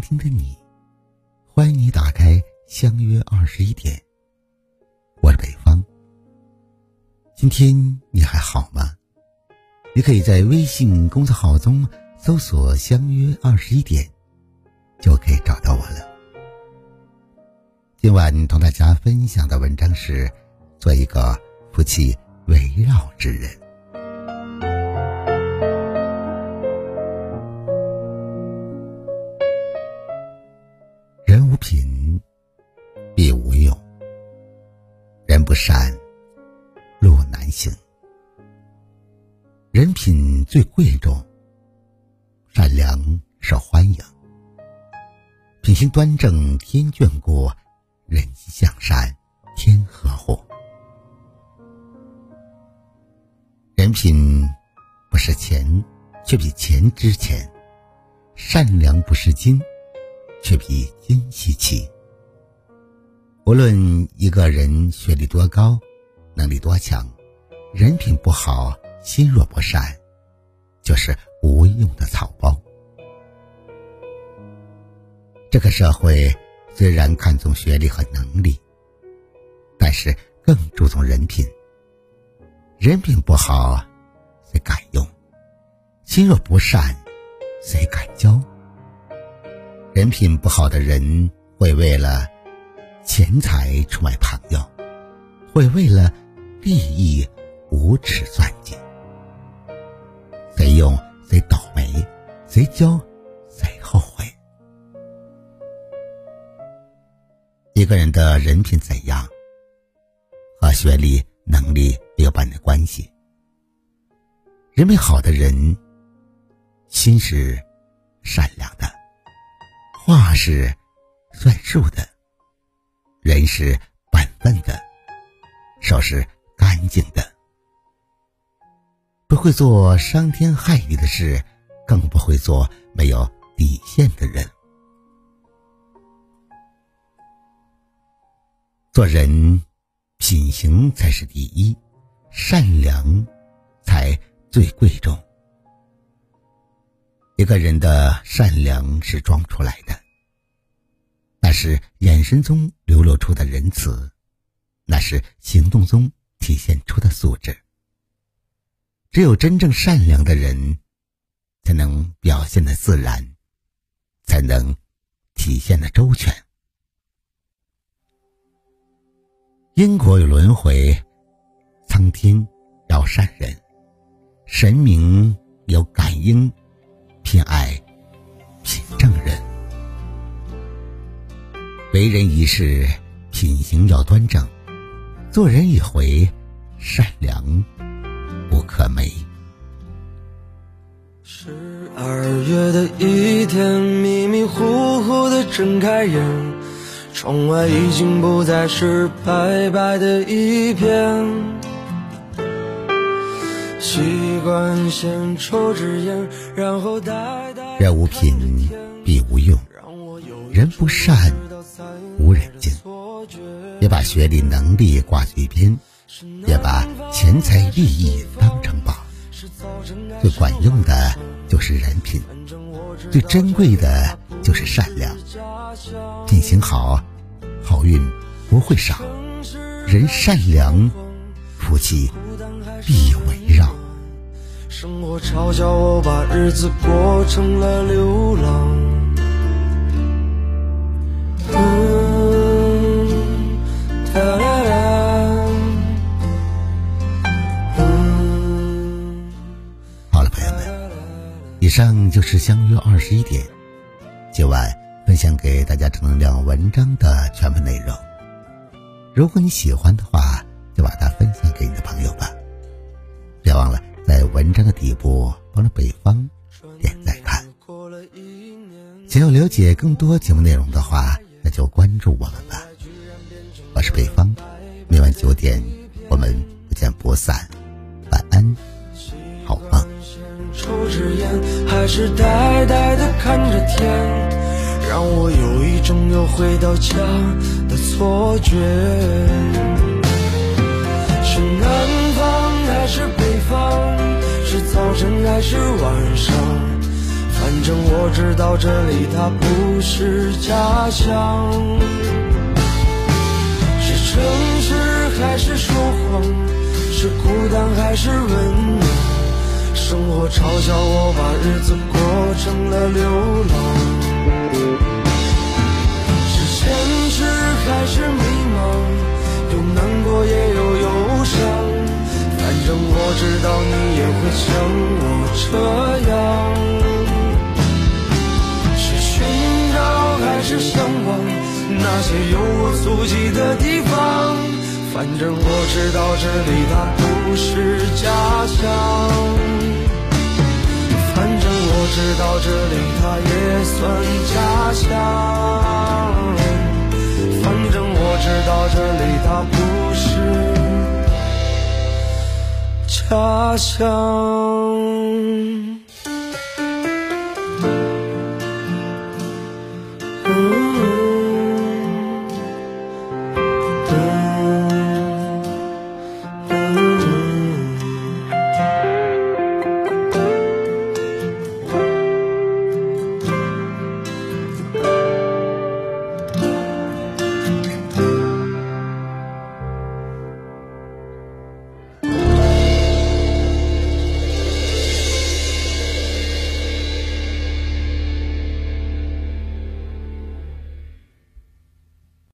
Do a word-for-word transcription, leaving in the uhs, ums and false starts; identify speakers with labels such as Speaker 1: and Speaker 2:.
Speaker 1: 听的你，欢迎你打开相约二十一点，我是北方。今天你还好吗？你可以在微信公众号中搜索相约二十一点，就可以找到我了。今晚同大家分享的文章是做一个夫妻围绕之人。人无品必无用，人不善路难行。人品最贵重，善良受欢迎，品行端正天眷顾，人心向善天呵护。人品不是钱，却比钱值钱；善良不是金，却比金稀奇。无论一个人学历多高，能力多强，人品不好，心若不善，就是无用的草包。这个社会虽然看重学历和能力，但是更注重人品。人品不好，谁敢用？心若不善，谁敢交？人品不好的人会为了钱财出卖朋友，会为了利益无耻算计。谁用谁倒霉，谁交谁后悔。一个人的人品怎样，和学历能力没有半点关系。人品好的人，心是善良的，话是算数的，人是本分的，手是干净的，不会做伤天害理的事，更不会做没有底线的人。做人品行才是第一，善良才最贵重。一个人的善良是装出来的，那是眼神中流露出的仁慈，那是行动中体现出的素质。只有真正善良的人，才能表现得自然，才能体现得周全。因果有轮回，苍天饶善人，神明有感应，偏爱品正人。为人一世，品行要端正；做人一回，善良不可没。
Speaker 2: 十二月的一天，迷迷糊糊的睁开眼，窗外已经不再是白白的一片。习惯先抽支烟，然后呆呆。
Speaker 1: 人无品必无用，人不善无人敬。别把学历能力挂嘴边，别把钱财利益当成宝。最管用的就是人品，最珍贵的就是善良。品行好，好运不会少；人善良，福气必围绕。
Speaker 2: 生活嘲笑我把日子过成了流浪。嗯，哒啦啦。嗯。
Speaker 1: 好了，朋友们，以上就是相约二十一点，今晚分享给大家正能量文章的全部内容。如果你喜欢的话，就把它分享给你的朋友吧。别忘了在文章的底部帮着北方点赞看。想要了解更多节目内容的话，那就关注我们吧。我是北方，每晚九点我们不见不散。晚安，好梦。
Speaker 2: 抽支烟，还是呆呆地看着天，让我有一种又回到家的错觉。是南方还是北方？是早晨还是晚上？反反正我知道这里它不是家乡。是城市还是说谎，是孤单还是温暖，生活嘲笑我把日子过成了流浪。是现实还是迷茫，有难过也有忧伤，反正我知道你也会像我这样。是寻找还是向往那些有我足迹的地方，反正我知道这里它不是家乡。反正我知道这里它也算家乡，反正我知道这里它不是家乡。